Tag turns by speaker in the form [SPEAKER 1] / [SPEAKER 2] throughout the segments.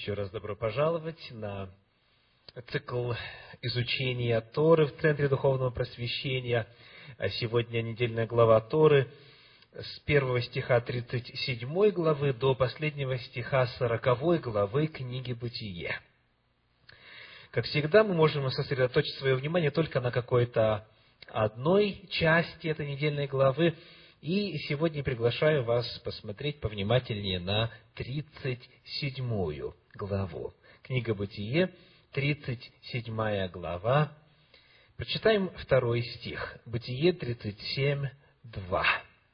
[SPEAKER 1] Еще раз добро пожаловать на цикл изучения Торы в Центре Духовного Просвещения. Сегодня недельная глава Торы с 1 стиха 37 главы до последнего стиха 40 главы книги Бытие. Как всегда, мы можем сосредоточить свое внимание только на какой-то одной части этой недельной главы. И сегодня приглашаю вас посмотреть повнимательнее на 37 главу. Книга Бытие, 37 глава. Прочитаем 2 стих. Бытие 37, 2.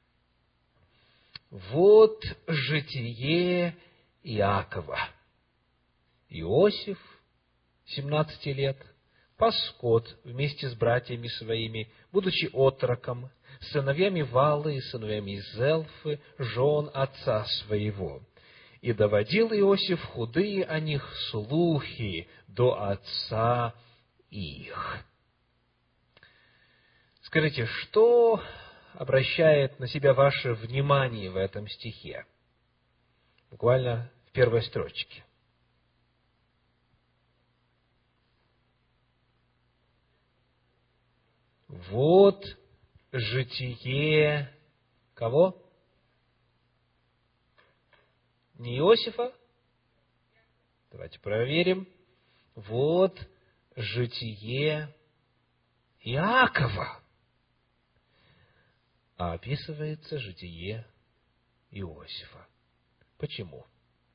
[SPEAKER 1] «Вот житие Иакова. Иосиф, 17 лет, пас скот вместе с братьями своими, будучи отроком, сыновьями Валы и сыновьями Зелфы, жен отца своего. И доводил Иосиф худые о них слухи до отца их». Скажите, что обращает на себя ваше внимание в этом стихе? Буквально в первой строчке. Вот житие кого? Не Иосифа? Давайте проверим. Вот житие Иакова. А описывается житие Иосифа. Почему?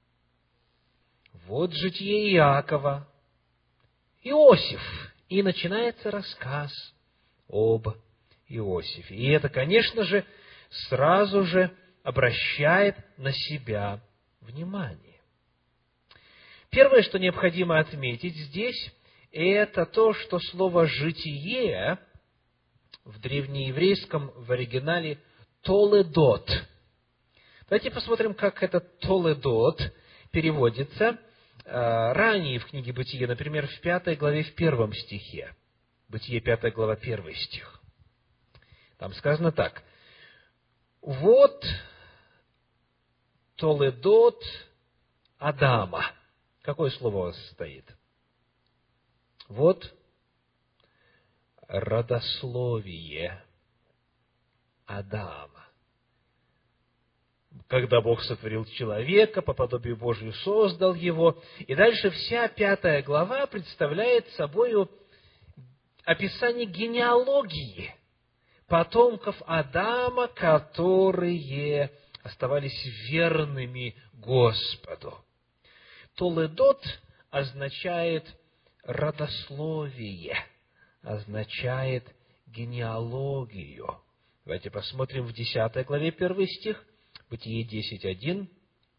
[SPEAKER 1] Вот житие Иакова. Иосиф. И начинается рассказ об Иосифе. И это, конечно же, сразу же обращает на себя внимание. Первое, что необходимо отметить здесь, это то, что слово «житие» в древнееврейском в оригинале «толедот». Давайте посмотрим, как этот «толедот» переводится ранее в книге Бытие, например, в 5 главе, в 1 стихе. Бытие, 5 глава, 1 стих. Там сказано так. «Вот толедот Адама». Какое слово у вас стоит? Вот родословие Адама. Когда Бог сотворил человека, по подобию Божию создал его. И дальше вся 5 глава представляет собою описание генеалогии потомков Адама, которые оставались верными Господу. Толедот означает родословие, означает генеалогию. Давайте посмотрим в 10 главе 1 стих, Бытие 10:1.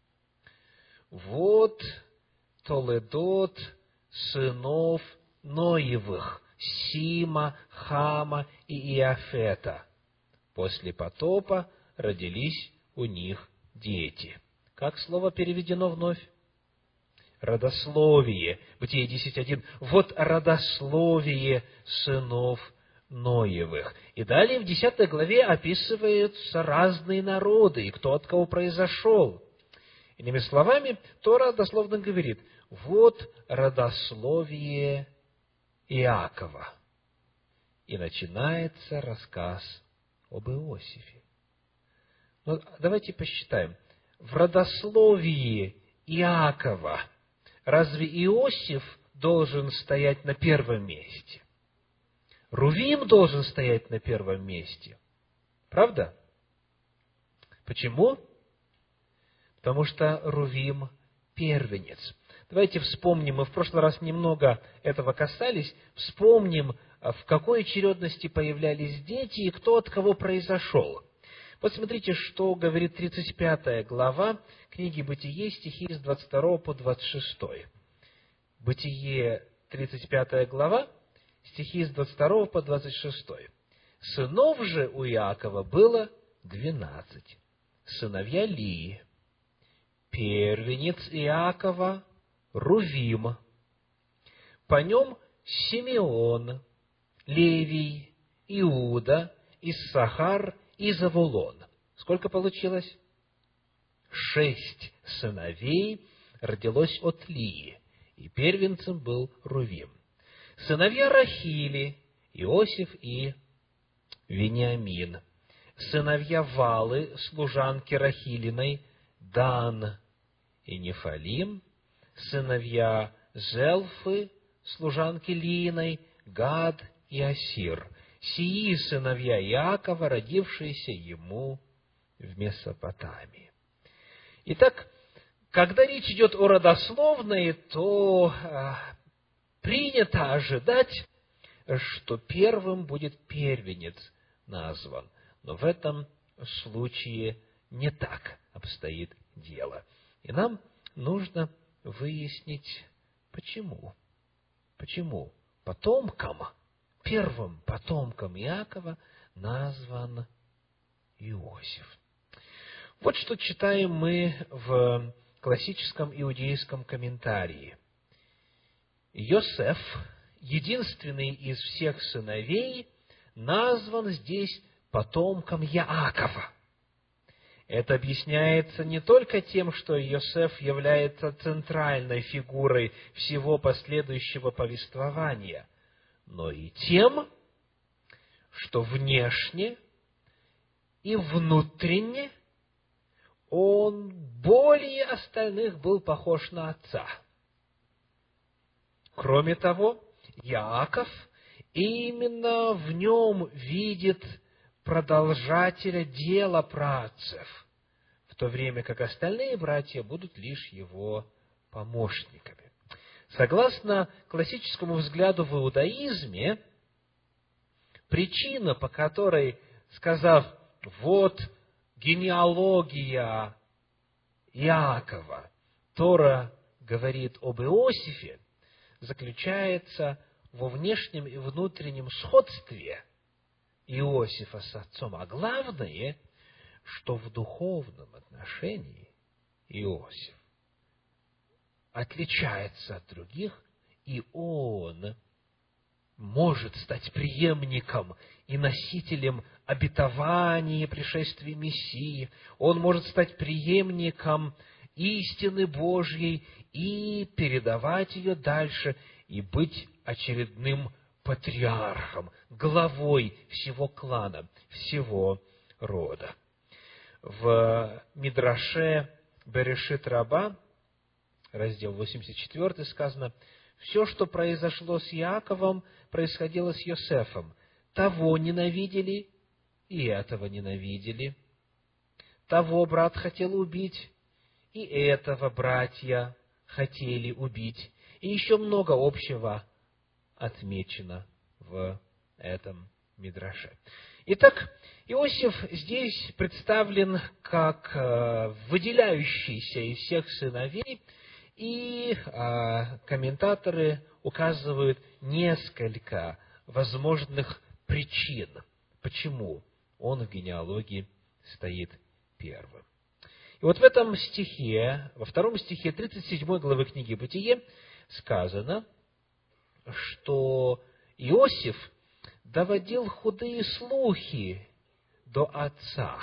[SPEAKER 1] «Вот толедот сынов Ноевых, Сима, Хама и Иафета. После потопа родились у них дети». Как слово переведено вновь? Родословие. Бытие 10:1. «Вот родословие сынов Ноевых». И далее в 10 главе описываются разные народы, и кто от кого произошел. Иными словами, Тора дословно говорит, вот родословие Иакова. И начинается рассказ об Иосифе. Но давайте посчитаем. В родословии Иакова разве Иосиф должен стоять на первом месте? Рувим должен стоять на первом месте. Правда? Почему? Потому что Рувим первенец. Давайте вспомним, мы в прошлый раз немного этого касались, вспомним, в какой очередности появлялись дети и кто от кого произошел. Вот смотрите, что говорит 35 глава книги Бытие, стихи с 22 по 26. Бытие, 35 глава, стихи с 22 по 26. «Сынов же у Иакова было 12, сыновья Лии. Первенец Иакова Рувим, по нем Симеон, Левий, Иуда, Иссахар и Завулон». Сколько получилось? 6 сыновей родилось от Лии, и первенцем был Рувим. Сыновья Рахили — Иосиф и Вениамин. Сыновья Валы, служанки Рахилиной — Дан и Нефалим. Сыновья Зелфы, служанки Лииной — Гад и Асир. Сии сыновья Иакова, родившиеся ему в Месопотамии. Итак, когда речь идет о родословной, то принято ожидать, что первым будет первенец назван. Но в этом случае не так обстоит дело. И нам нужно выяснить, почему. Почему первым потомком Иакова назван Иосиф. Вот что читаем мы в классическом иудейском комментарии. Йосеф, единственный из всех сыновей, назван здесь потомком Иакова. Это объясняется не только тем, что Йосеф является центральной фигурой всего последующего повествования, но и тем, что внешне и внутренне он более остальных был похож на отца. Кроме того, Иаков именно в нем видит продолжателя дела праотцев, в то время как остальные братья будут лишь его помощниками. Согласно классическому взгляду в иудаизме, причина, по которой, сказав «вот генеалогия Иакова», Тора говорит об Иосифе, заключается во внешнем и внутреннем сходстве Иосифа с отцом, а главное, что в духовном отношении Иосиф отличается от других, и он может стать преемником и носителем обетования пришествия Мессии. Он может стать преемником истины Божьей и передавать ее дальше, и быть очередным патриархом, главой всего клана, всего рода. В Мидраше Берешит Раба, раздел 84, сказано: «Все, что произошло с Иаковом, происходило с Йосефом. Того ненавидели, и этого ненавидели. Того брат хотел убить, и этого братья хотели убить». И еще много общего отмечено в этом Мидраше. Итак, Иосиф здесь представлен как выделяющийся из всех сыновей, и комментаторы указывают несколько возможных причин, почему он в генеалогии стоит первым. И вот в этом стихе, во втором стихе 37 главы книги «Бытие» сказано, что Иосиф доводил худые слухи до отца.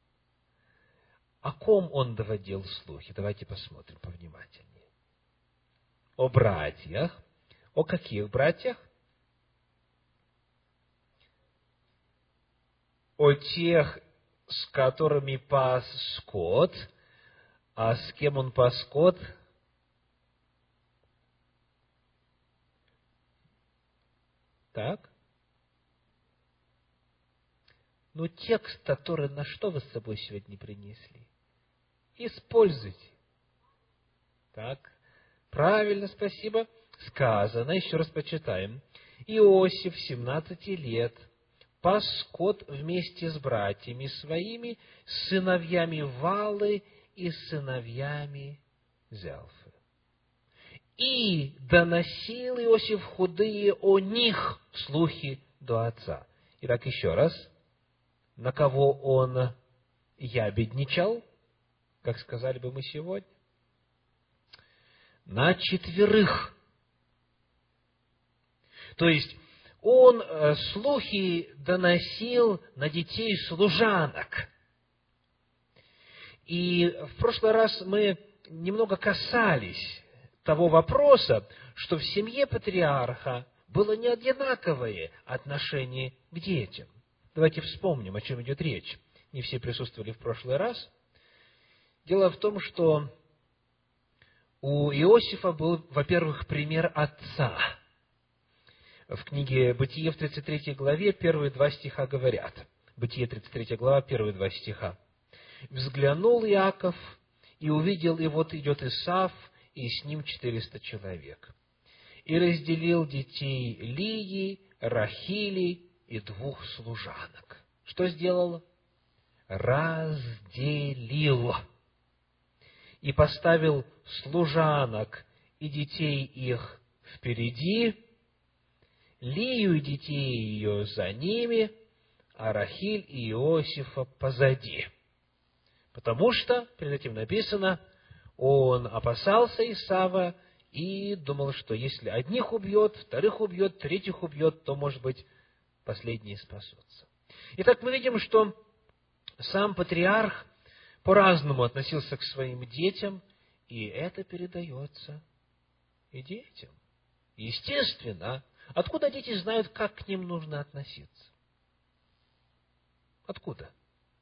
[SPEAKER 1] О ком он доводил слухи? Давайте посмотрим повнимательнее. О братьях. О каких братьях? О тех, с которыми пас скот. А с кем он пас скот? Так? Но текст, который на что вы с собой сегодня принесли? Используйте. Так? Правильно, спасибо. Сказано, еще раз почитаем. Иосиф 17 лет пас скот вместе с братьями своими, с сыновьями Валы и сыновьями Зелфы. И доносил Иосиф худые о них слухи до отца. Итак, еще раз. На кого он ябедничал, как сказали бы мы сегодня? На 4. То есть, он слухи доносил на детей служанок. И в прошлый раз мы немного касались того вопроса, что в семье патриарха было не одинаковое отношение к детям. Давайте вспомним, о чем идет речь. Не все присутствовали в прошлый раз. Дело в том, что у Иосифа был, во-первых, пример отца. В книге «Бытие» в 33 главе первые 2 стиха говорят. Бытие, 33 глава, первые 2 стиха. «Взглянул Иаков, и увидел, и вот идет Исав, и с ним 400 человек. И разделил детей Лии, Рахили и 2 служанок». Что сделал? Разделил. И поставил служанок и детей их впереди, Лию и детей ее за ними, а Рахиль и Иосифа позади. Потому что, перед этим написано, он опасался Исава и думал, что если одних убьет, вторых убьет, третьих убьет, то, может быть, последние спасутся. Итак, мы видим, что сам патриарх по-разному относился к своим детям, и это передается и детям. Естественно, откуда дети знают, как к ним нужно относиться? Откуда?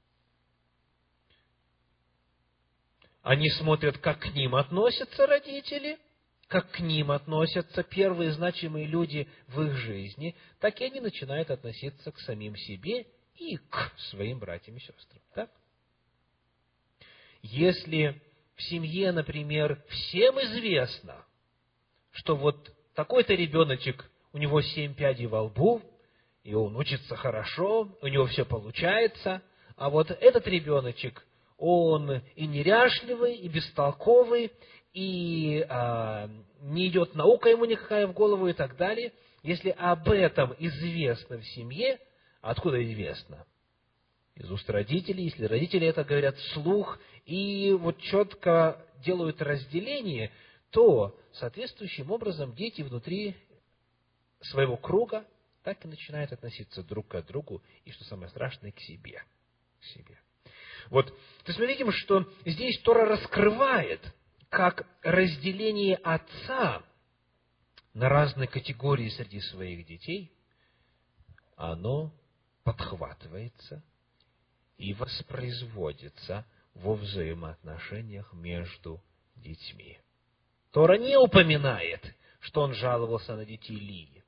[SPEAKER 1] Они смотрят, как к ним относятся родители, как к ним относятся первые значимые люди в их жизни, так и они начинают относиться к самим себе и к своим братьям и сестрам. Так? Если в семье, например, всем известно, что вот такой-то ребеночек, у него 7 пядей во лбу, и он учится хорошо, у него все получается, а вот этот ребеночек, он и неряшливый, и бестолковый, и не идет наука ему никакая в голову и так далее. Если об этом известно в семье, откуда известно? Из уст родителей, если родители это говорят вслух и вот четко делают разделение, то соответствующим образом дети внутри своего круга так и начинают относиться друг к другу и, что самое страшное, к себе. Вот. То есть мы видим, что здесь Тора раскрывает, как разделение отца на разные категории среди своих детей, оно подхватывается и воспроизводится во взаимоотношениях между детьми. Тора не упоминает, что он жаловался на детей Лии,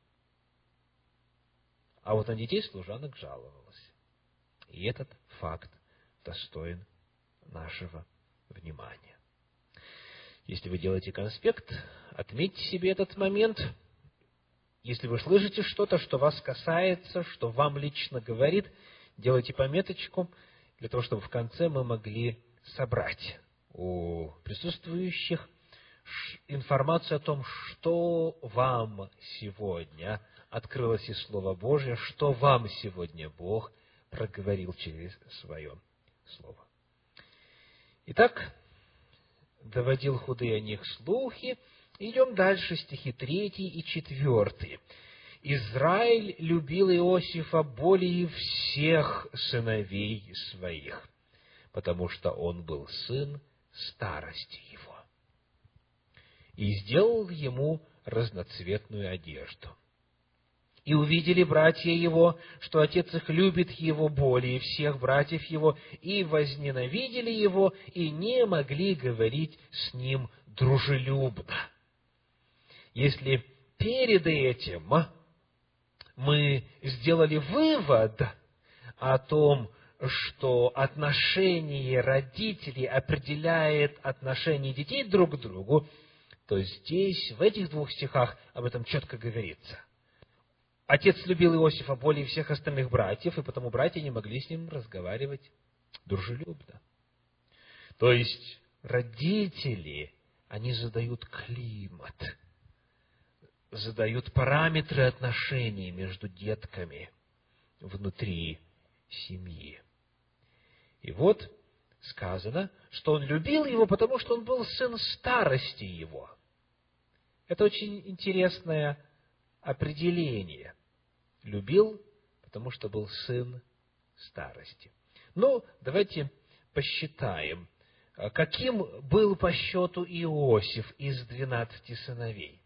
[SPEAKER 1] а вот на детей служанок жаловался. И этот факт достоин нашего внимания. Если вы делаете конспект, отметьте себе этот момент. Если вы слышите что-то, что вас касается, что вам лично говорит, делайте пометочку, для того, чтобы в конце мы могли собрать у присутствующих информацию о том, что вам сегодня открылось из Слова Божия, что вам сегодня Бог проговорил через Свое Слово. Итак, доводил худые о них слухи. Идем дальше, стихи 3 и 4. «Израиль любил Иосифа более всех сыновей своих, потому что он был сын старости его, и сделал ему разноцветную одежду. И увидели братья его, что отец их любит его более всех братьев его, и возненавидели его, и не могли говорить с ним дружелюбно». Если перед этим мы сделали вывод о том, что отношение родителей определяет отношение детей друг к другу, то здесь, в этих 2 стихах, об этом четко говорится. Отец любил Иосифа более всех остальных братьев, и потому братья не могли с ним разговаривать дружелюбно. То есть родители, они задают климат, задают параметры отношений между детками внутри семьи. И вот сказано, что он любил его, потому что он был сын старости его. Это очень интересное определение. Любил, потому что был сын старости. Ну, давайте посчитаем. каким был по счету Иосиф из 12 сыновей?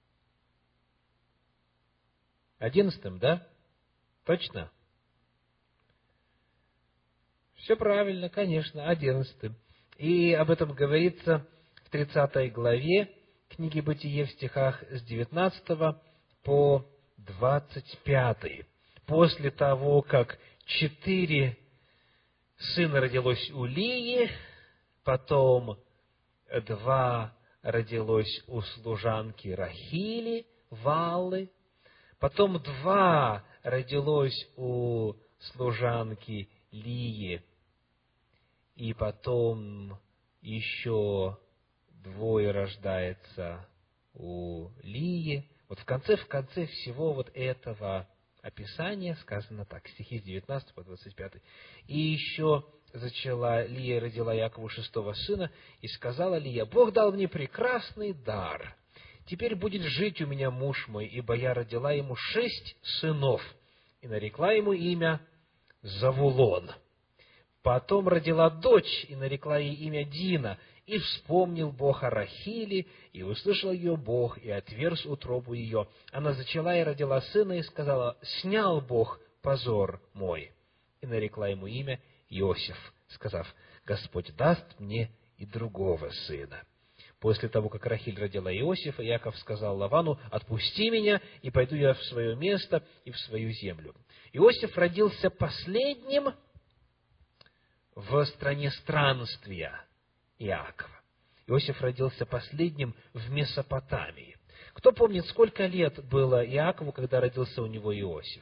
[SPEAKER 1] 11, да? Точно? Все правильно, конечно, 11. И об этом говорится в 30 главе книги Бытие в стихах с 19 по 25. После того, как 4 сына родилось у Лии, потом 2 родилось у служанки Рахили, Валлы, потом 2 родилось у служанки Лии, и потом еще 2 рождается у Лии. Вот в конце всего вот этого описания сказано так, стихи с 19 по 25. «И еще зачала Лия, родила Якову 6-го сына, и сказала Лия: Бог дал мне прекрасный дар. Теперь будет жить у меня муж мой, ибо я родила ему 6 сынов, и нарекла ему имя Завулон. Потом родила дочь, и нарекла ей имя Дина. И вспомнил Бог о Рахиле, и услышал ее Бог, и отверз утробу ее. Она зачала и родила сына, и сказала: снял Бог позор мой. И нарекла ему имя Иосиф, сказав: Господь даст мне и другого сына. После того, как Рахиль родила Иосифа, Иаков сказал Лавану: отпусти меня, и пойду я в свое место и в свою землю. Иосиф родился последним в стране странствия Иакова. Иосиф родился последним в Месопотамии. Кто помнит, сколько лет было Иакову, когда родился у него Иосиф?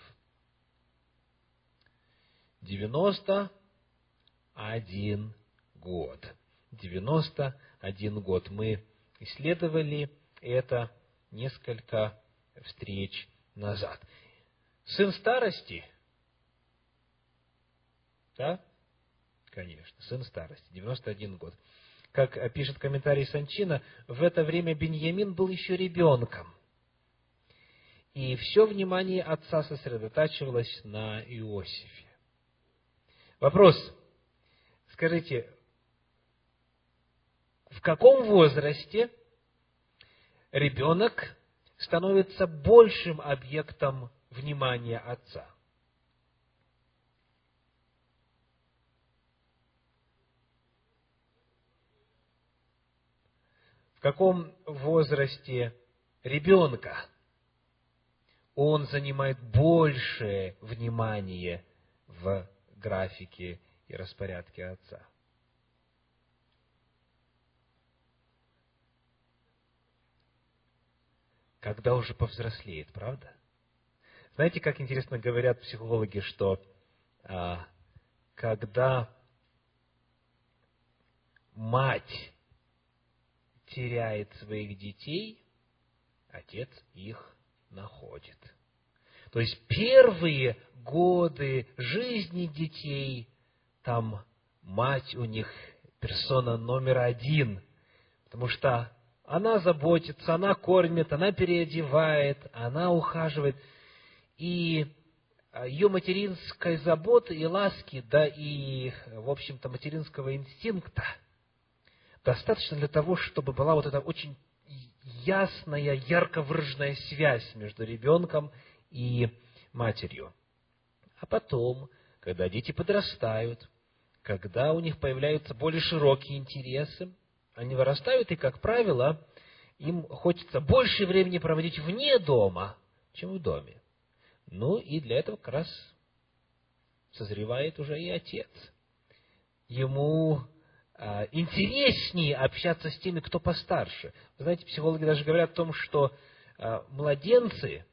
[SPEAKER 1] 91 год. 91 год. Мы исследовали это несколько встреч назад. Сын старости? Да? Конечно, сын старости, 91 год. Как пишет комментарий Санчина, в это время Беньямин был еще ребенком. И все внимание отца сосредотачивалось на Иосифе. Вопрос. Скажите, в каком возрасте ребенок становится большим объектом внимания отца? В каком возрасте ребенка он занимает большее внимание в графике и распорядке отца? Когда уже повзрослеет, правда? Знаете, как интересно говорят психологи, что когда мать теряет своих детей, отец их находит. То есть первые годы жизни детей, там мать у них персона номер 1, потому что она заботится, она кормит, она переодевает, она ухаживает. И ее материнской заботы и ласки, да и, в общем-то, материнского инстинкта достаточно для того, чтобы была вот эта очень ясная, ярко выраженная связь между ребенком и матерью. А потом, когда дети подрастают, когда у них появляются более широкие интересы, они вырастают, и, как правило, им хочется больше времени проводить вне дома, чем в доме. Ну, и для этого как раз созревает уже и отец. Ему интереснее общаться с теми, кто постарше. Вы знаете, психологи даже говорят о том, что младенцы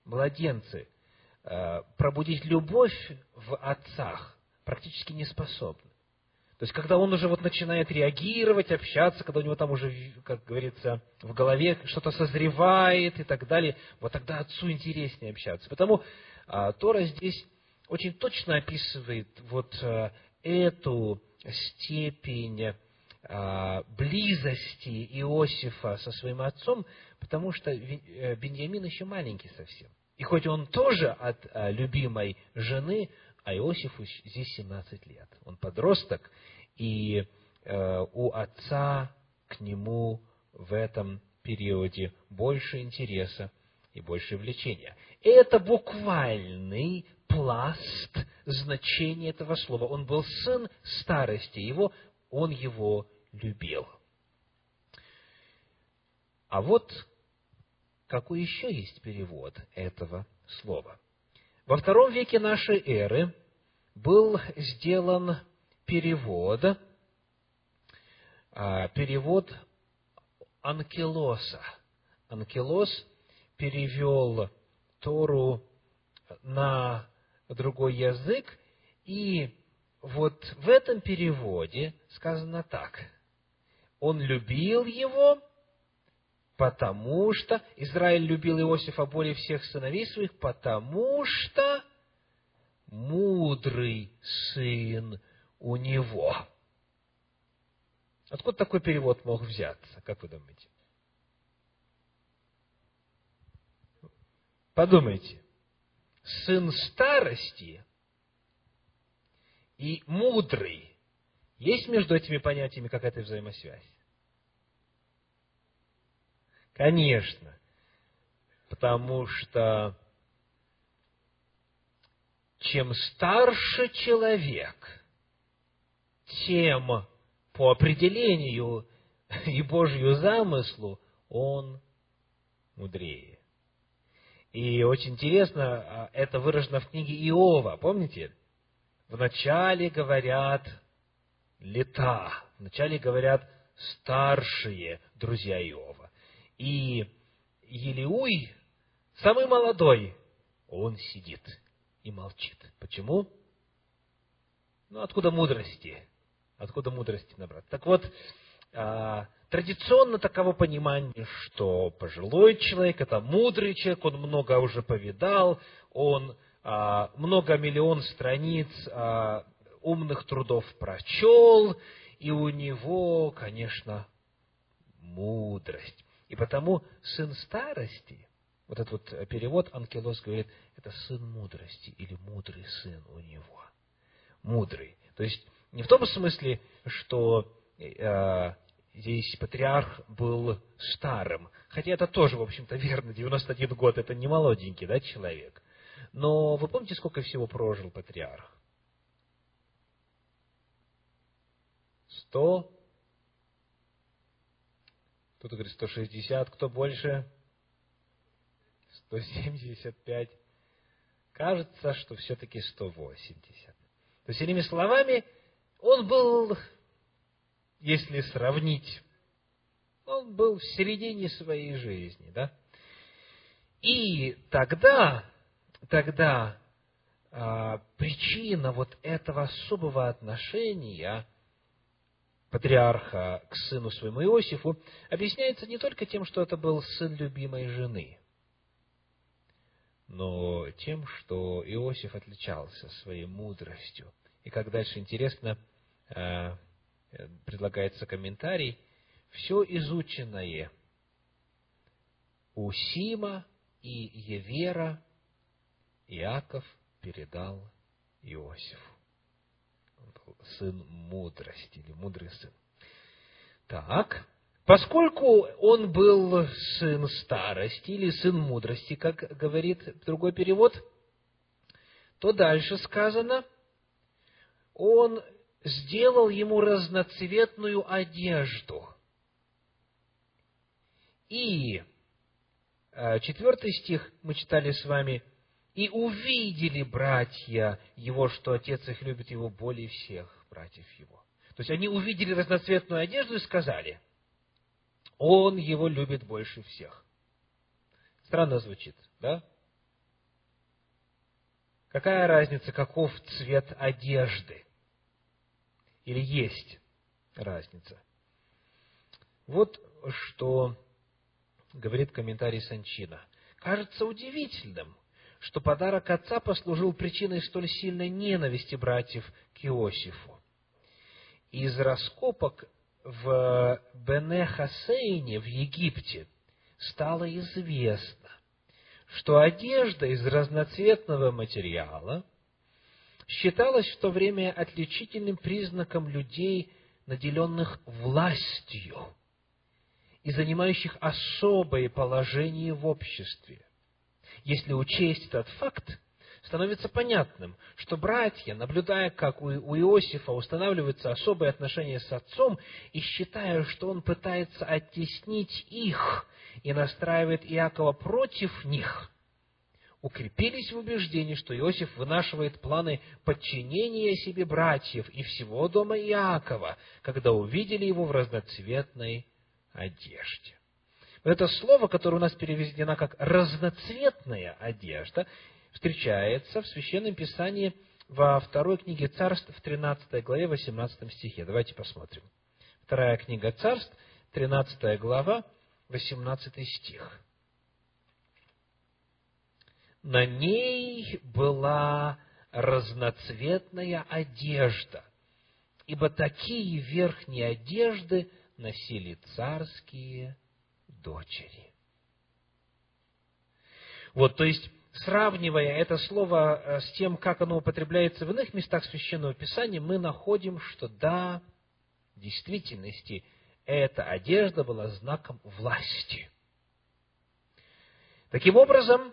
[SPEAKER 1] пробудить любовь в отцах практически не способны. То есть, когда он уже вот начинает реагировать, общаться, когда у него там уже, как говорится, в голове что-то созревает и так далее, вот тогда отцу интереснее общаться. Потому Тора здесь очень точно описывает вот эту степень близости Иосифа со своим отцом, потому что Беньямин еще маленький совсем. И хоть он тоже от любимой жены, а Иосифу здесь 17 лет. Он подросток, и у отца к нему в этом периоде больше интереса и больше влечения. Это буквальный пласт значения этого слова. Он был сын старости, он его любил. А вот какой еще есть перевод этого слова? Во II веке нашей эры был сделан перевод Анкилоса. Анкилос перевел Тору на другой язык, и вот в этом переводе сказано так: он любил его, потому что Израиль любил Иосифа более всех сыновей своих, потому что мудрый сын у него. Откуда такой перевод мог взяться, как вы думаете? Подумайте. Сын старости и мудрый. Есть между этими понятиями какая-то взаимосвязь? Конечно. Потому что чем старше человек, тем по определению и Божью замыслу он мудрее. И очень интересно, это выражено в книге Иова. Помните? Вначале говорят лета, вначале говорят старшие друзья Иова. И Елиуй, самый молодой, он сидит и молчит. Почему? Откуда мудрости? Откуда мудрости набрать? Так вот, традиционно таково понимание, что пожилой человек – это мудрый человек, он много уже повидал, он многомиллион страниц умных трудов прочел, и у него, конечно, мудрость. И потому сын старости, вот этот вот перевод Анкилос говорит, это сын мудрости или мудрый сын у него. Мудрый. То есть не в том смысле, что здесь патриарх был старым, хотя это тоже, в общем-то, верно, 91 год, это не молоденький, да, человек. Но вы помните, сколько всего прожил патриарх? 100? Кто-то говорит 160, кто больше? 175. Кажется, что все-таки 180. То есть, иными словами, он был, если сравнить, он был в середине своей жизни, да? И тогда причина вот этого особого отношения патриарха к сыну своему Иосифу объясняется не только тем, что это был сын любимой жены, но тем, что Иосиф отличался своей мудростью. И как дальше интересно предлагается комментарий, все изученное у Сима и Евера Иаков передал Иосифу. Он был сын мудрости, или мудрый сын. Так, поскольку он был сын старости, или сын мудрости, как говорит другой перевод, то дальше сказано, он сделал ему разноцветную одежду. И 4 стих мы читали с вами, «И увидели братья его, что отец их любит его более всех братьев его». То есть они увидели разноцветную одежду и сказали, он его любит больше всех. Странно звучит, да? Какая разница, каков цвет одежды? Или есть разница? Вот что говорит комментарий Санчина. Кажется удивительным, что подарок отца послужил причиной столь сильной ненависти братьев к Иосифу. Из раскопок в Бене-Хасейне в Египте стало известно, что одежда из разноцветного материала считалась в то время отличительным признаком людей, наделенных властью и занимающих особое положение в обществе. Если учесть этот факт, становится понятным, что братья, наблюдая, как у Иосифа устанавливаются особые отношения с отцом, и считая, что он пытается оттеснить их и настраивает Иакова против них, укрепились в убеждении, что Иосиф вынашивает планы подчинения себе братьев и всего дома Иакова, когда увидели его в разноцветной одежде. Это слово, которое у нас переведено как «разноцветная одежда», встречается в Священном Писании во второй книге Царств, в 13 главе, 18 стихе. Давайте посмотрим. Вторая книга Царств, 13 глава, 18 стих. На ней была разноцветная одежда, ибо такие верхние одежды носили царские дочери. Вот, то есть, сравнивая это слово с тем, как оно употребляется в иных местах Священного Писания, мы находим, что да, в действительности, эта одежда была знаком власти. Таким образом,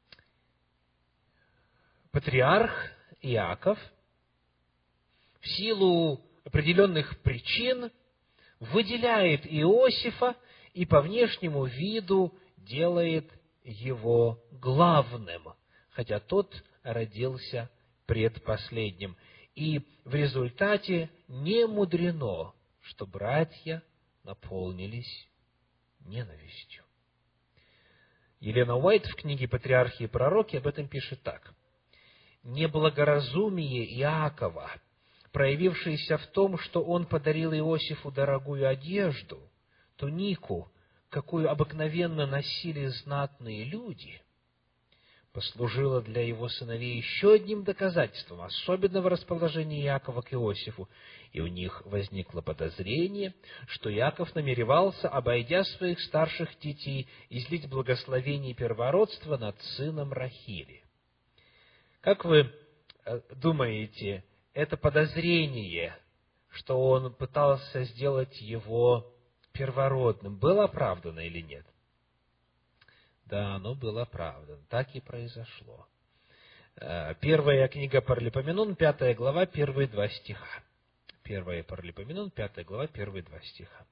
[SPEAKER 1] патриарх Иаков в силу определенных причин выделяет Иосифа и по внешнему виду делает его главным, хотя тот родился предпоследним. И в результате не мудрено, что братья наполнились ненавистью. Елена Уайт в книге «Патриархи и пророки» об этом пишет так. «Неблагоразумие Иакова, проявившееся в том, что он подарил Иосифу дорогую одежду, тунику, какую обыкновенно носили знатные люди, послужило для его сыновей еще одним доказательством особенного расположения Иакова к Иосифу, и у них возникло подозрение, что Иаков намеревался, обойдя своих старших детей, излить благословение первородства над сыном Рахили». Как вы думаете, это подозрение, что он пытался сделать его первородным, было оправдано или нет? Да, оно было оправдано. Так и произошло. Первая книга Паралипоменон, 5 глава, первые 2 стиха. Первая Паралипоменон, 5 глава, первые 2 стиха.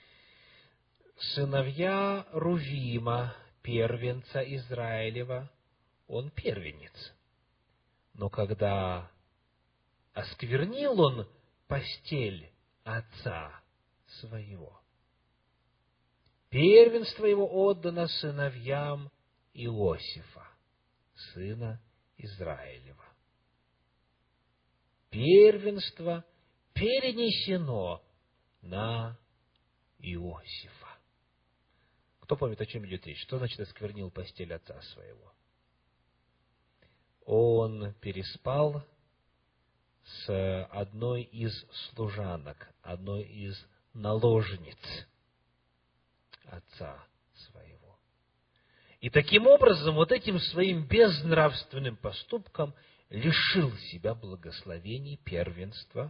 [SPEAKER 1] «Сыновья Рувима, первенца Израилева, он первенец. Но когда осквернил он постель отца своего, первенство его отдано сыновьям Иосифа, сына Израилева. Первенство перенесено на Иосифа». Кто помнит, о чем идет речь? Что значит осквернил постель отца своего? Он переспал с одной из служанок, одной из наложниц отца своего. И таким образом, вот этим своим безнравственным поступком лишил себя благословений первенства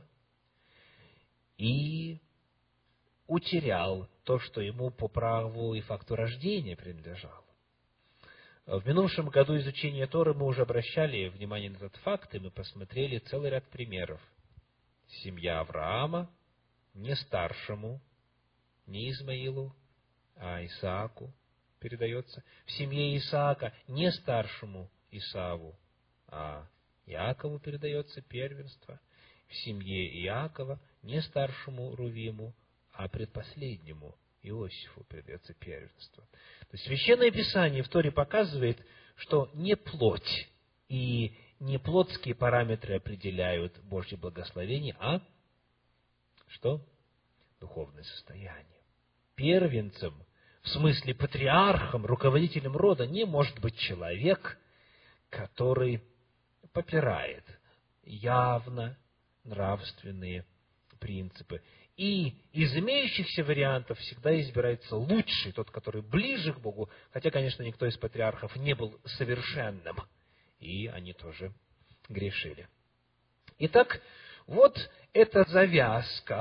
[SPEAKER 1] и утерял то, что ему по праву и факту рождения принадлежало. В минувшем году изучения Торы мы уже обращали внимание на этот факт, и мы посмотрели целый ряд примеров. Семья Авраама не старшему, не Измаилу, а Исааку передается. В семье Исаака не старшему Исаву, а Иакову передается первенство. В семье Иакова не старшему Рувиму, а предпоследнему Иосифу передается первенство. То есть Священное Писание в Торе показывает, что не плоть и не плотские параметры определяют Божье благословение, а что? Духовное состояние. Первенцем, в смысле патриархом, руководителем рода, не может быть человек, который попирает явно нравственные принципы. И из имеющихся вариантов всегда избирается лучший, тот, который ближе к Богу, хотя, конечно, никто из патриархов не был совершенным, и они тоже грешили. Итак, вот эта завязка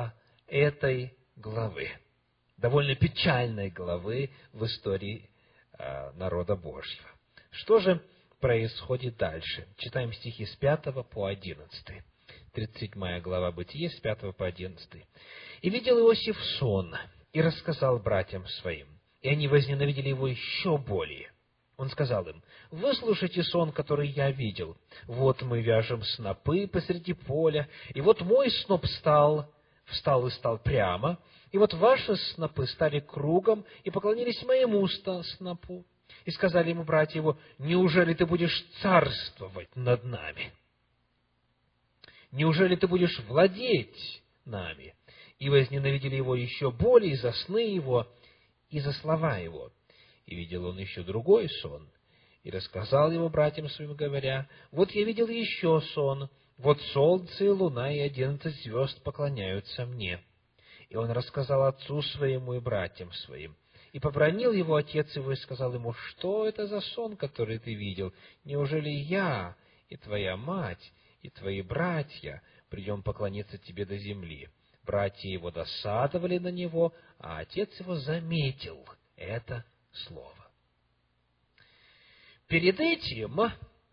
[SPEAKER 1] этой главы, довольно печальной главы в истории народа Божьего. Что же происходит дальше? Читаем стихи с 5 по 11. 37 глава Бытие, с 5 по 11. «И видел Иосиф сон, и рассказал братьям своим, и они возненавидели его еще более. Он сказал им: выслушайте сон, который я видел. Вот мы вяжем снопы посреди поля, и вот мой сноп встал и стал прямо, и вот ваши снопы стали кругом и поклонились моему снопу. И сказали ему братья его: неужели ты будешь царствовать над нами? Неужели ты будешь владеть нами? И возненавидели его еще более за сны его и за слова его. И видел он еще другой сон, и рассказал его братьям своим, говоря: вот я видел еще сон, вот солнце и луна и 11 звезд поклоняются мне. И он рассказал отцу своему и братьям своим. И побранил его отец его, и сказал ему: что это за сон, который ты видел? Неужели я и твоя мать и твои братья придем поклониться тебе до земли? Братья его досадовали на него, а отец его заметил это слово. Перед этим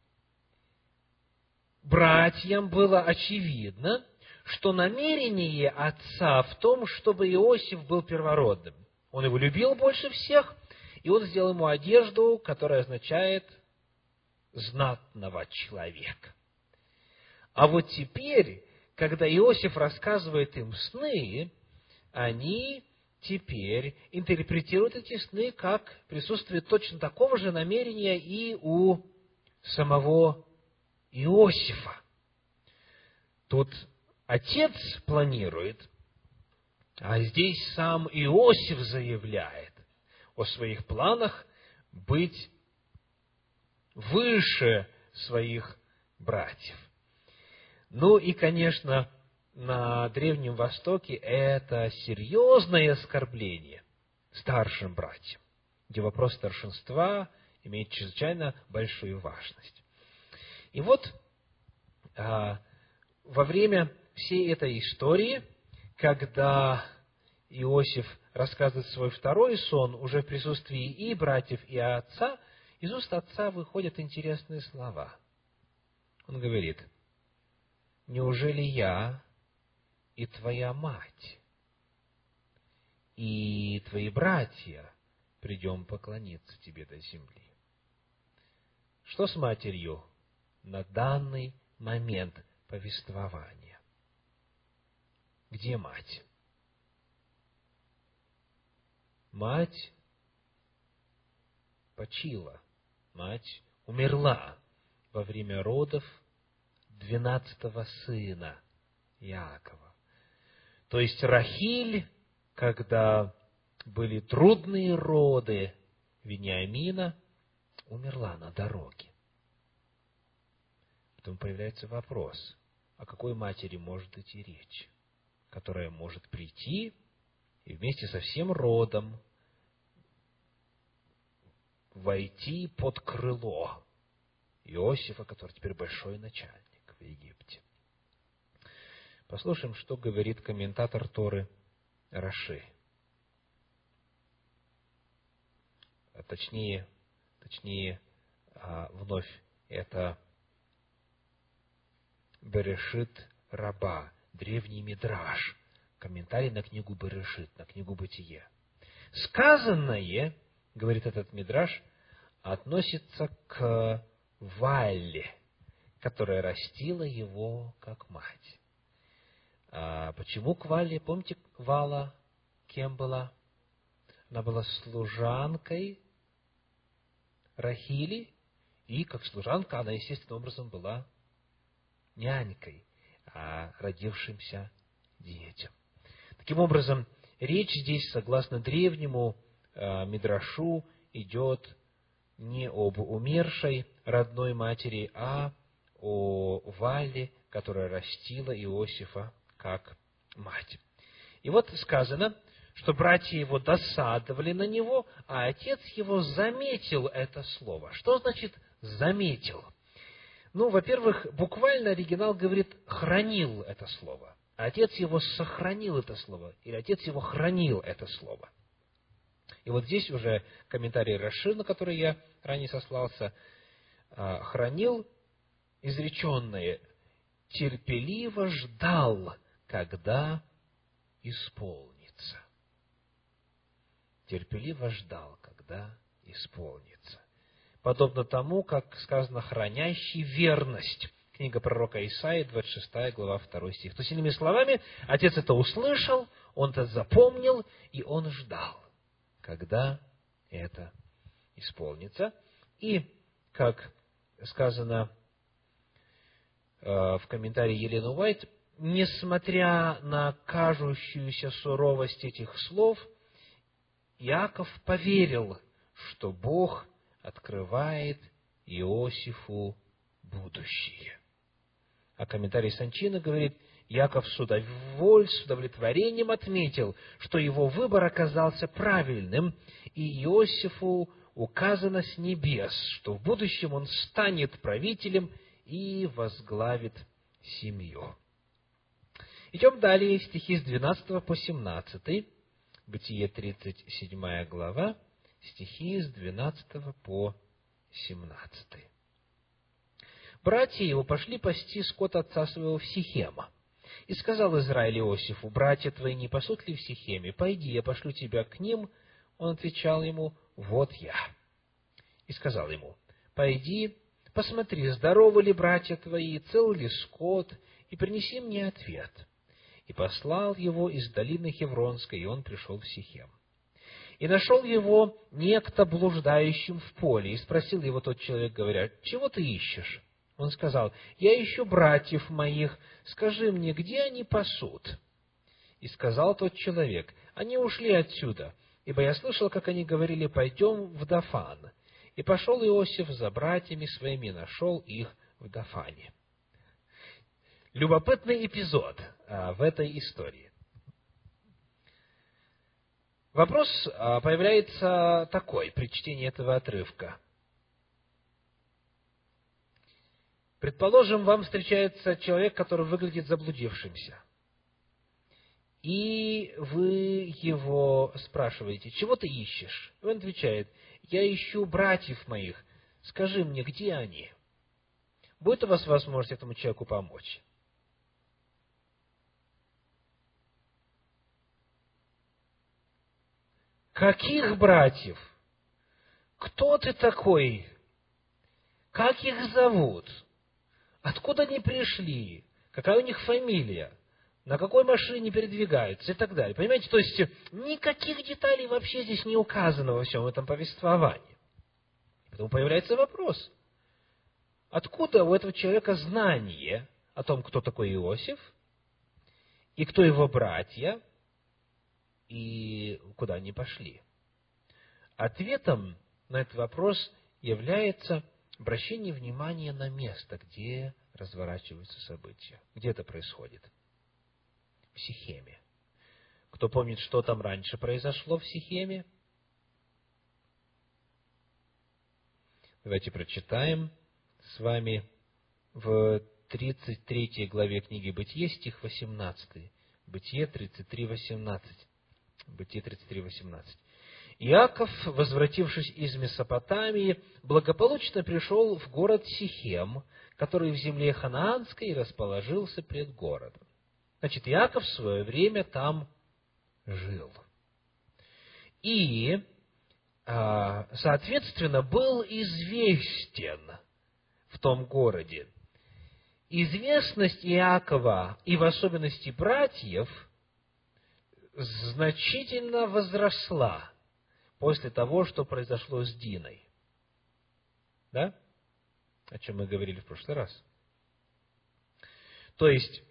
[SPEAKER 1] братьям было очевидно, что намерение отца в том, чтобы Иосиф был первородным. Он его любил больше всех, и он сделал ему одежду, которая означает знатного человека. А вот теперь, когда Иосиф рассказывает им сны, они теперь интерпретируют эти сны как присутствие точно такого же намерения и у самого Иосифа. Тут отец планирует, а здесь сам Иосиф заявляет о своих планах быть выше своих братьев. Ну и, конечно, на Древнем Востоке это серьезное оскорбление старшим братьям, где вопрос старшинства имеет чрезвычайно большую важность. И вот во время всей этой истории, когда Иосиф рассказывает свой второй сон уже в присутствии и братьев, и отца, из уст отца выходят интересные слова. Он говорит: неужели я и твоя мать, и твои братья придем поклониться тебе до земли? Что с матерью на данный момент повествования? Где мать? Мать почила, мать умерла во время родов 12-го сына Иакова. То есть Рахиль, когда были трудные роды Вениамина, умерла на дороге. Потом появляется вопрос: о какой матери может идти речь, которая может прийти и вместе со всем родом войти под крыло Иосифа, который теперь большой начальник в Египте? Послушаем, что говорит комментатор Торы Раши. Точнее, вновь это Берешит Раба, древний мидраш, комментарий на книгу Берешит, на книгу Бытие. Сказанное, говорит этот мидраш, относится к Валле, которая растила его как мать. А почему к Валле? Помните, Вала кем была? Она была служанкой Рахили, и как служанка она, естественным образом, была нянькой родившимся детям. Таким образом, речь здесь, согласно древнему мидрашу, идет не об умершей родной матери, а о Валле, которая растила Иосифа как мать. И вот сказано, что братья его досадовали на него, а отец его заметил это слово. Что значит «заметил»? Ну, во-первых, буквально оригинал говорит «хранил» это слово. а отец его сохранил это слово, или отец его хранил это слово. И вот здесь уже комментарий Раши, на который я ранее сослался, хранил изреченное, терпеливо ждал, когда исполнится. Терпеливо ждал, когда исполнится. Подобно тому, как сказано, хранящий верность. Книга пророка Исаии, 26 глава, 2 стих. То есть, иными словами, отец это услышал, он это запомнил, и он ждал, когда это исполнится. И, как сказано в комментарии Елены Уайт, несмотря на кажущуюся суровость этих слов, Иаков поверил, что Бог открывает Иосифу будущее. А комментарий Санчина говорит, Иаков с удовлетворением отметил, что его выбор оказался правильным, и Иосифу указано с небес, что в будущем он станет правителем и возглавит семью. Идем далее, стихи с 12 по 17, Бытие 37 глава, стихи с 12 по 17. Братья его пошли пасти скот отца своего в Сихема. И сказал Израиль Иосифу: братья твои не пасут ли в Сихеме? Пойди, я пошлю тебя к ним. Он отвечал ему: вот я. И сказал ему: пойди, посмотри, здоровы ли братья твои, цел ли скот, и принеси мне ответ. И послал его из долины Хевронской, и он пришел в Сихем. И нашел его некто блуждающим в поле, и спросил его тот человек, говоря: чего ты ищешь? Он сказал: я ищу братьев моих, скажи мне, где они пасут? И сказал тот человек: они ушли отсюда, ибо я слышал, как они говорили: пойдем в Дафан. И пошел Иосиф за братьями своими, и нашел их в Дафане. Любопытный эпизод в этой истории. Вопрос появляется такой при чтении этого отрывка. Предположим, вам встречается человек, который выглядит заблудившимся. И вы его спрашиваете: чего ты ищешь? И он отвечает: я ищу братьев моих, скажи мне, где они? Будет у вас возможность этому человеку помочь? Каких братьев? Кто ты такой? Как их зовут? Откуда они пришли? Какая у них фамилия? На какой машине передвигаются? И так далее. Понимаете, то есть никаких деталей вообще здесь не указано во всем этом повествовании. Поэтому появляется вопрос: откуда у этого человека знание о том, кто такой Иосиф, и кто его братья, и куда они пошли? Ответом на этот вопрос является обращение внимания на место, где разворачиваются события, где это происходит. В Сихеме. Кто помнит, что там раньше произошло в Сихеме? Давайте прочитаем с вами в 33 главе книги Бытие, стих 18. Бытие 33, 18. Бытие 33, 18. Иаков, возвратившись из Месопотамии, благополучно пришел в город Сихем, который в земле ханаанской, и расположился пред городом. Значит, Иаков в свое время там жил. И, соответственно, был известен в том городе. Известность Иакова, и в особенности братьев, значительно возросла после того, что произошло с Диной. Да? О чем мы говорили в прошлый раз. То есть,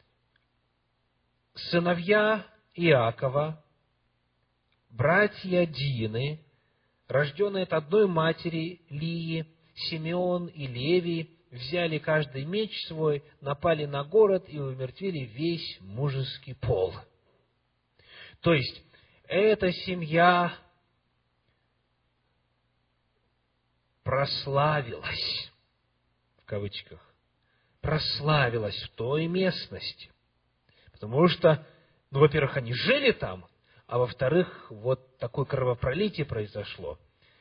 [SPEAKER 1] сыновья Иакова, братья Дины, рожденные от одной матери Лии, Симеон и Левий, взяли каждый меч свой, напали на город и умертвили весь мужеский пол. То есть, эта семья прославилась, в кавычках, прославилась в той местности, Потому что, во-первых, они жили там, а во-вторых, вот такое кровопролитие произошло.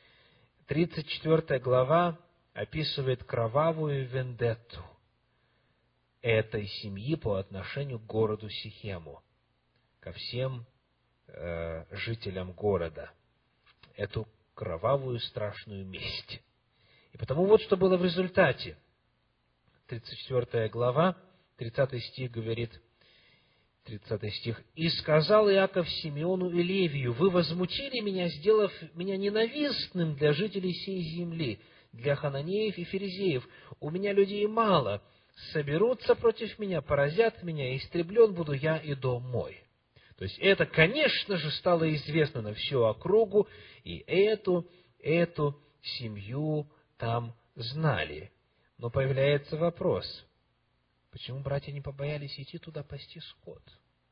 [SPEAKER 1] 34 глава описывает кровавую вендетту этой семьи по отношению к городу Сихему, ко всем жителям города, эту кровавую страшную месть. И потому вот что было в результате. 34 глава, 30 стих говорит, 30 стих. «И сказал Иаков Симеону и Левию: вы возмутили меня, сделав меня ненавистным для жителей сей земли, для хананеев и ферезеев. У меня людей мало, соберутся против меня, поразят меня, и истреблен буду я и дом мой». То есть это, конечно же, стало известно на всю округу, и эту семью там знали. Но появляется вопрос, почему братья не побоялись идти туда пасти скот?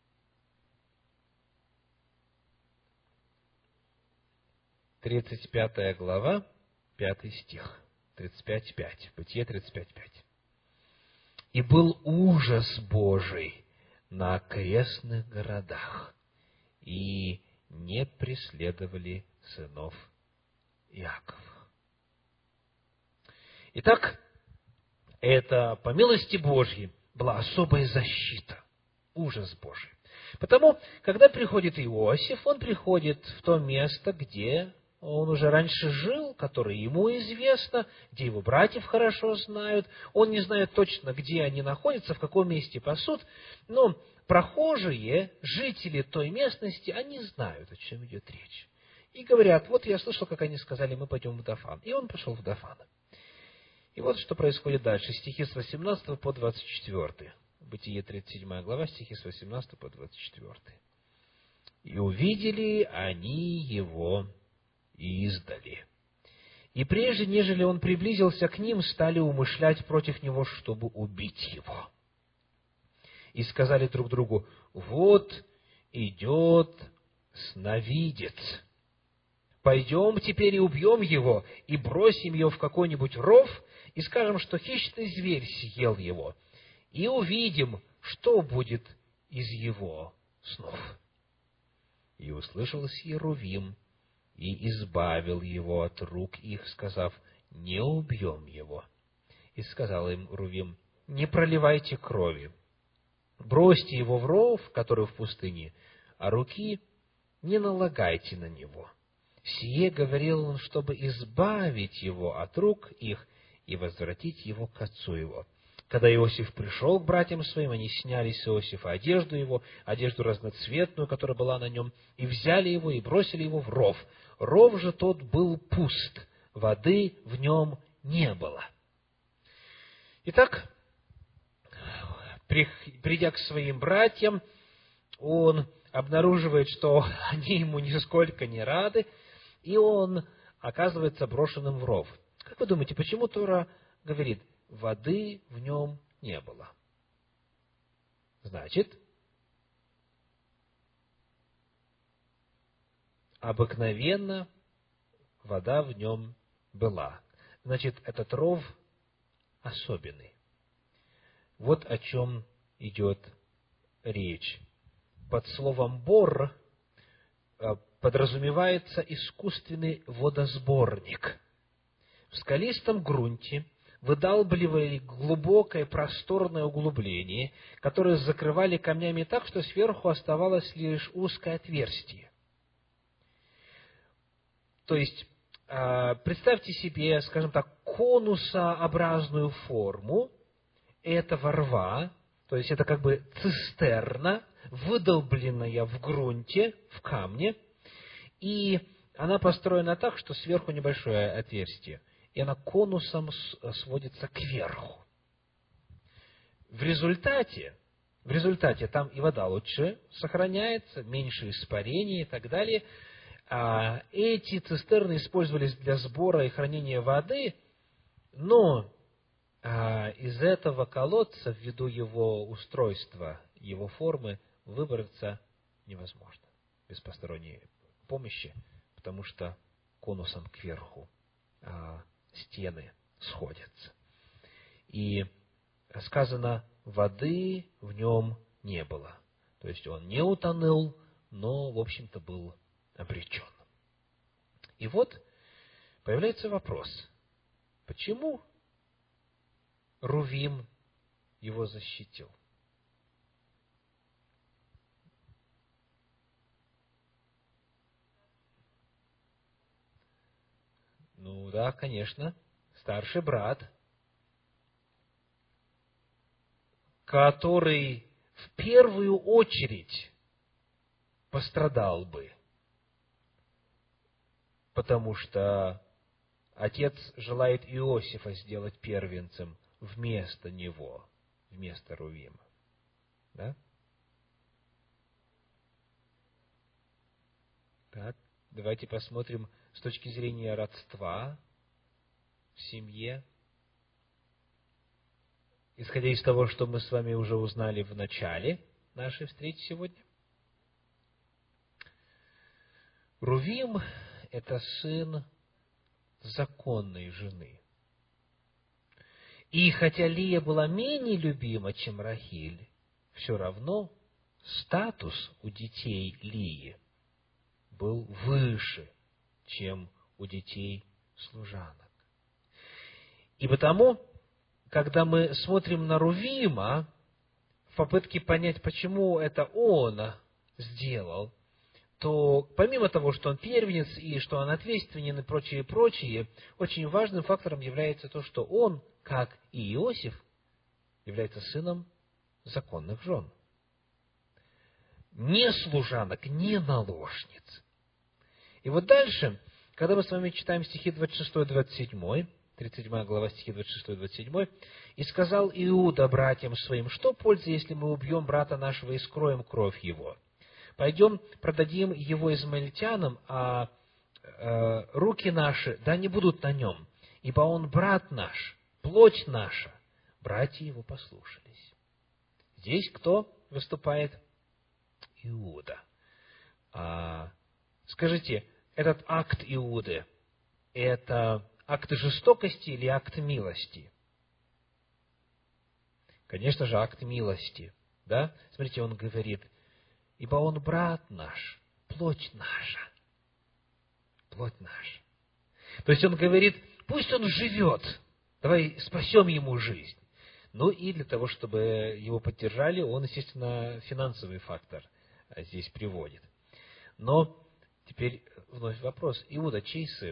[SPEAKER 1] Тридцать 35 глава, 5 стих, 35:5, Бытие 35:5. «И был ужас Божий на окрестных городах, и не преследовали сынов Иакова». Итак, это, по милости Божьей, была особая защита, ужас Божий. Потому, когда приходит Иосиф, он приходит в то место, где он уже раньше жил, которое ему известно, где его братьев хорошо знают. Он не знает точно, где они находятся, в каком месте пасут, но прохожие, жители той местности, они знают, о чем идет речь. И говорят: вот я слышал, как они сказали, мы пойдем в Дофан. И он пошел в Дофан. И вот что происходит дальше, стихи с 18 по 24. Бытие 37 глава, стихи с 18 по 24. «И увидели они его издали. И прежде, нежели он приблизился к ним, стали умышлять против него, чтобы убить его. И сказали друг другу: вот идет сновидец. Пойдем теперь и убьем его, и бросим его в какой-нибудь ров, и скажем, что хищный зверь съел его, и увидим, что будет из его снов. И услышал Рувим, и избавил его от рук их, сказав: не убьем его. И сказал им Рувим: не проливайте крови, бросьте его в ров, который в пустыне, а руки не налагайте на него. Сие говорил он, чтобы избавить его от рук их и возвратить его к отцу его. Когда Иосиф пришел к братьям своим, они сняли с Иосифа одежду его, одежду разноцветную, которая была на нем, и взяли его, и бросили его в ров. Ров же тот был пуст, воды в нем не было. Итак, придя к своим братьям, он обнаруживает, что они ему нисколько не рады, и он оказывается брошенным в ров. Как вы думаете, почему Тора говорит: воды в нем не было? Значит, обыкновенно вода в нем была. Значит, этот ров особенный. Вот о чем идет речь. Под словом «бор» подразумевается искусственный водосборник. В скалистом грунте выдалбливали глубокое просторное углубление, которое закрывали камнями так, что сверху оставалось лишь узкое отверстие. То есть, представьте себе, скажем так, конусообразную форму этого рва, то есть это как бы цистерна, выдолбленная в грунте, в камне, и она построена так, что сверху небольшое отверстие, и она конусом сводится кверху. В результате там и вода лучше сохраняется, меньше испарений и так далее. Эти цистерны использовались для сбора и хранения воды, но из этого колодца, ввиду его устройства, его формы, выбраться невозможно без посторонней помощи, потому что конусом кверху стены сходятся. И сказано, воды в нем не было. То есть он не утонул, но, в общем-то, был обречен. И вот появляется вопрос, почему Рувим его защитил? Ну да, конечно, старший брат, который в первую очередь пострадал бы, потому что отец желает Иосифа сделать первенцем вместо него, вместо Рувима. Да? Так, давайте посмотрим с точки зрения родства в семье, исходя из того, что мы с вами уже узнали в начале нашей встречи сегодня. Рувим – это сын законной жены. И хотя Лия была менее любима, чем Рахиль, все равно статус у детей Лии был выше, чем у детей служанок. И потому, когда мы смотрим на Рувима, в попытке понять, почему это он сделал, то помимо того, что он первенец и что он ответственен и прочее, очень важным фактором является то, что он, как и Иосиф, является сыном законных жен. Не служанок, не наложниц. И вот дальше, когда мы с вами читаем стихи 26-27, 37 глава, стихи 26-27, «И сказал Иуда братьям своим, что пользы, если мы убьем брата нашего и скроем кровь его? Пойдем, продадим его измаильтянам, а руки наши, да, не будут на нем, ибо он брат наш, плоть наша». Братья его послушались. Здесь кто выступает? Иуда. Скажите, этот акт Иуды, это акт жестокости или акт милости? Конечно же, акт милости. Да? Смотрите, он говорит, ибо он брат наш, плоть наша. Плоть наша. То есть он говорит, пусть он живет, давай спасем ему жизнь. Ну и для того, чтобы его поддержали, он, естественно, финансовый фактор здесь приводит. Но теперь вновь вопрос. Иуда чей сын?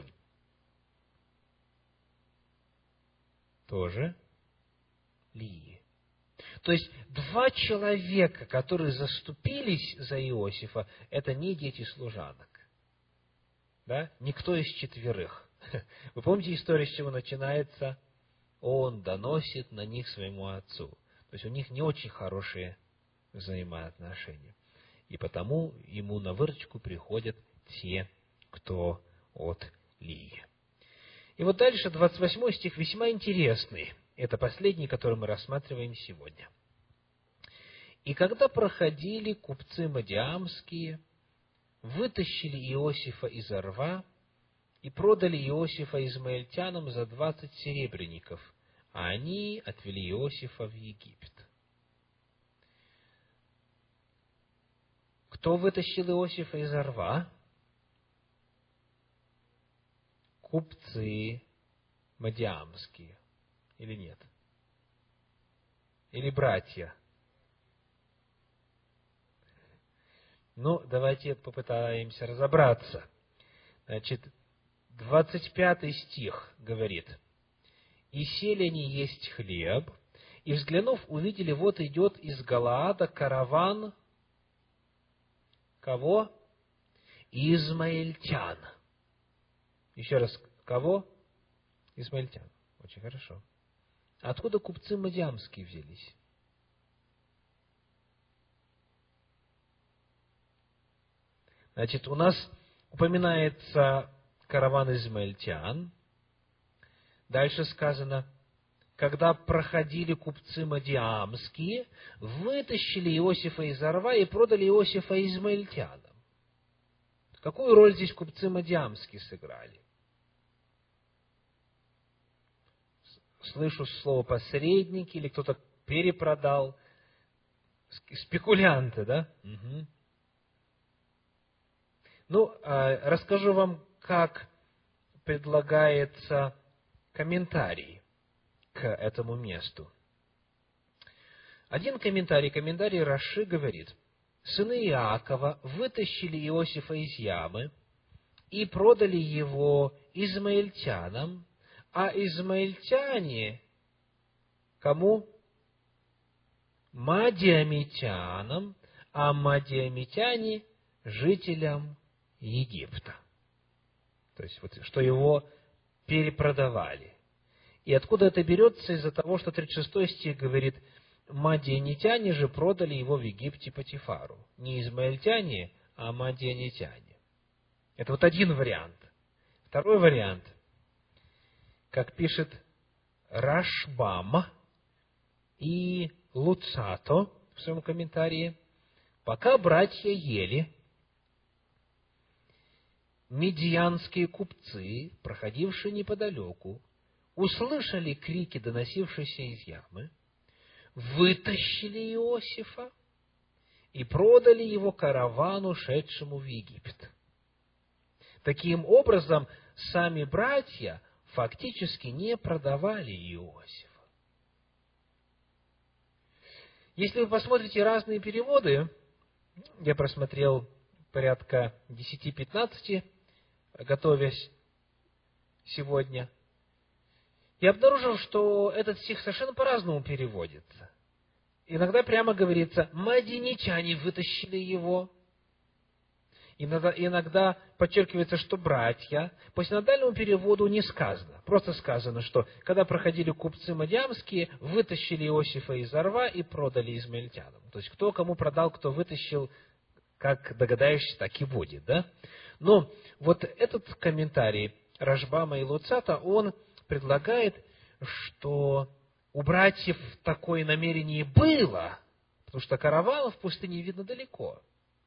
[SPEAKER 1] Тоже Лии. То есть два человека, которые заступились за Иосифа, это не дети служанок. Да? Никто из четверых. Вы помните историю, с чего начинается? Он доносит на них своему отцу. То есть у них не очень хорошие взаимоотношения. И потому ему на выручку приходят те, кто от Лии. И вот дальше 28 стих весьма интересный. Это последний, который мы рассматриваем сегодня. «И когда проходили купцы мадиамские, вытащили Иосифа из рва и продали Иосифа измаильтянам за 20 серебряников, а они отвели Иосифа в Египет». Кто вытащил Иосифа из рва? Купцы мадиамские. Или нет? Или братья? Ну, давайте попытаемся разобраться. Значит, 25 стих говорит, «И сели они есть хлеб, и, взглянув, увидели, вот идет из Галаада караван». Кого? Измаильтян. Еще раз, кого? Измаильтян. Очень хорошо. Откуда купцы мадиамские взялись? Значит, у нас упоминается караван измаильтян. Дальше сказано, когда проходили купцы мадиамские, вытащили Иосифа из рва и продали Иосифа измаильтянам. Какую роль здесь купцы мадиамские сыграли? Слышу слово посредники, или кто-то перепродал. Спекулянты, да? Угу. Ну, расскажу вам, как предлагается комментарий к этому месту. Один комментарий Раши говорит: сыны Иакова вытащили Иосифа из ямы и продали его измаильтянам, а измаильтяне кому? Мадиамитянам, а мадиамитяне жителям Египта. То есть, вот, что его перепродавали. И откуда это берется? Из-за того, что 36 стих говорит: мадианитяне же продали его в Египте Потифару. Не измаильтяне, а мадианитяне. Это вот один вариант. Второй вариант, как пишет Рашбам и Луцато в своем комментарии: пока братья ели, медианские купцы, проходившие неподалеку, услышали крики, доносившиеся из ямы, вытащили Иосифа и продали его каравану, шедшему в Египет. Таким образом, сами братья фактически не продавали Иосифа. Если вы посмотрите разные переводы, я просмотрел порядка 10-15, готовясь сегодня, я обнаружил, что этот стих совершенно по-разному переводится. Иногда прямо говорится: мадианитяне вытащили его. Иногда подчеркивается, что братья. По синодальному переводу не сказано. Просто сказано, что когда проходили купцы мадиамские, вытащили Иосифа из рва и продали измаильтянам. То есть, кто кому продал, кто вытащил, как догадаешься, так и будет. Да? Но вот этот комментарий Рашбама и Луцата, он предлагает, что у братьев такое намерение было, потому что каравана в пустыне видно далеко.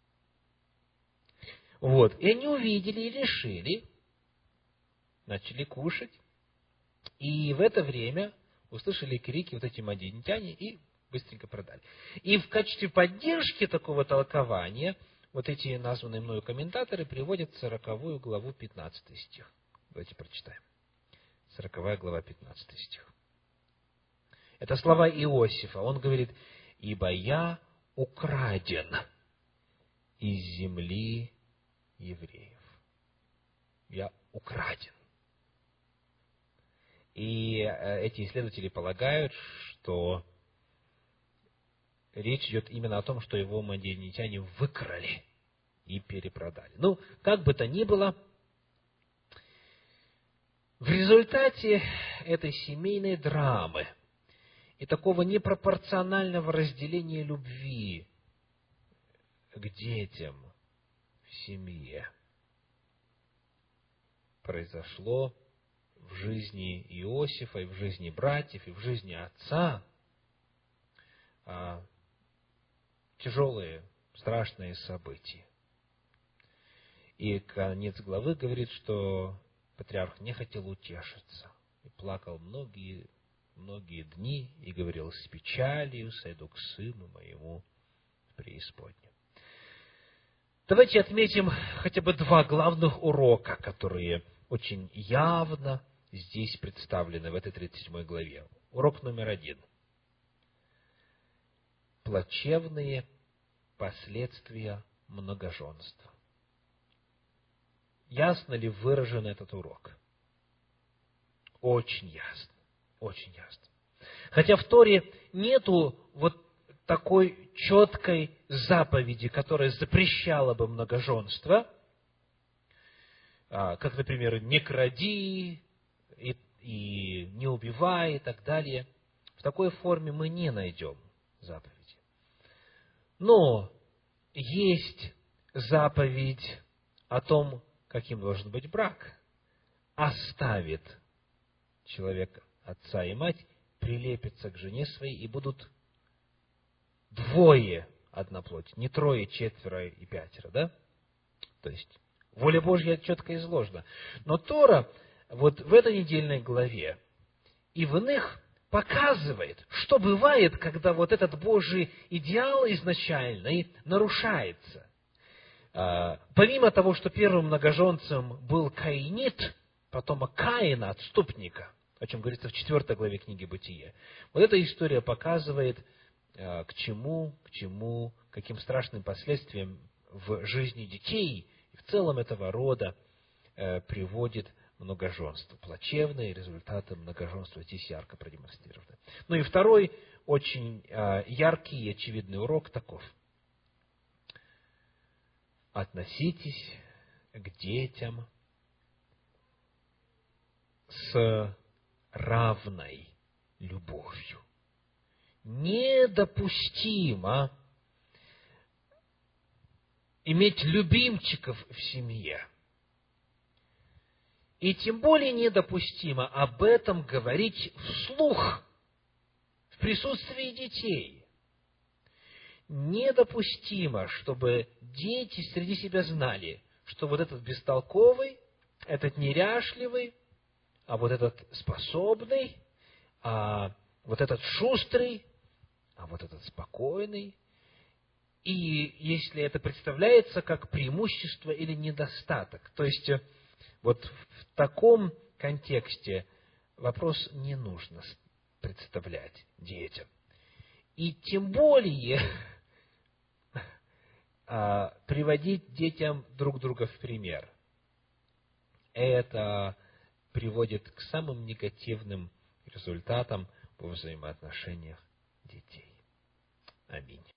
[SPEAKER 1] Вот. И они увидели и решили, начали кушать, и в это время услышали крики вот эти мадианитяне и быстренько продали. И в качестве поддержки такого толкования вот эти названные мною комментаторы приводят 40 главу 15 стих. Давайте прочитаем. 40 глава 15 стих. Это слова Иосифа. Он говорит: «Ибо я украден из земли евреев». Я украден. И эти исследователи полагают, что речь идет именно о том, что его мадианитяне выкрали и перепродали. Ну, как бы то ни было, в результате этой семейной драмы и такого непропорционального разделения любви к детям в семье произошло в жизни Иосифа, и в жизни братьев, и в жизни отца тяжелые, страшные события. И конец главы говорит, что патриарх не хотел утешиться и плакал многие дни и говорил: с печалью сойду к сыну моему в преисподнюю. Давайте отметим хотя бы два главных урока, которые очень явно здесь представлены в этой 37 главе. Урок номер 1. Плачевные последствия многоженства. Ясно ли выражен этот урок? Очень ясно. Очень ясно. Хотя в Торе нету вот такой четкой заповеди, которая запрещала бы многоженство, как, например, не кради и не убивай и так далее. В такой форме мы не найдем заповеди. Но есть заповедь о том, каким должен быть брак. Оставит человек отца и мать, прилепится к жене своей, и будут двое одна плоть, не трое, четверо и пятеро, да? То есть, воля Божья четко изложена. Но Тора вот в этой недельной главе и в иных показывает, что бывает, когда вот этот Божий идеал изначальный нарушается. Помимо того, что первым многоженцем был Каинит, потомок Каина, отступника, о чем говорится в 4 главе книги Бытие, вот эта история показывает, к чему, каким страшным последствиям в жизни детей и в целом этого рода приводит многоженство. Плачевные результаты многоженства здесь ярко продемонстрированы. Ну и второй, очень яркий и очевидный урок таков. Относитесь к детям с равной любовью. Недопустимо иметь любимчиков в семье. И тем более недопустимо об этом говорить вслух, в присутствии детей. Недопустимо, чтобы дети среди себя знали, что вот этот бестолковый, этот неряшливый, а вот этот способный, а вот этот шустрый, а вот этот спокойный. И если это представляется как преимущество или недостаток, то есть вот в таком контексте вопрос не нужно представлять детям. И тем более приводить детям друг друга в пример. Это приводит к самым негативным результатам во взаимоотношениях детей. Аминь.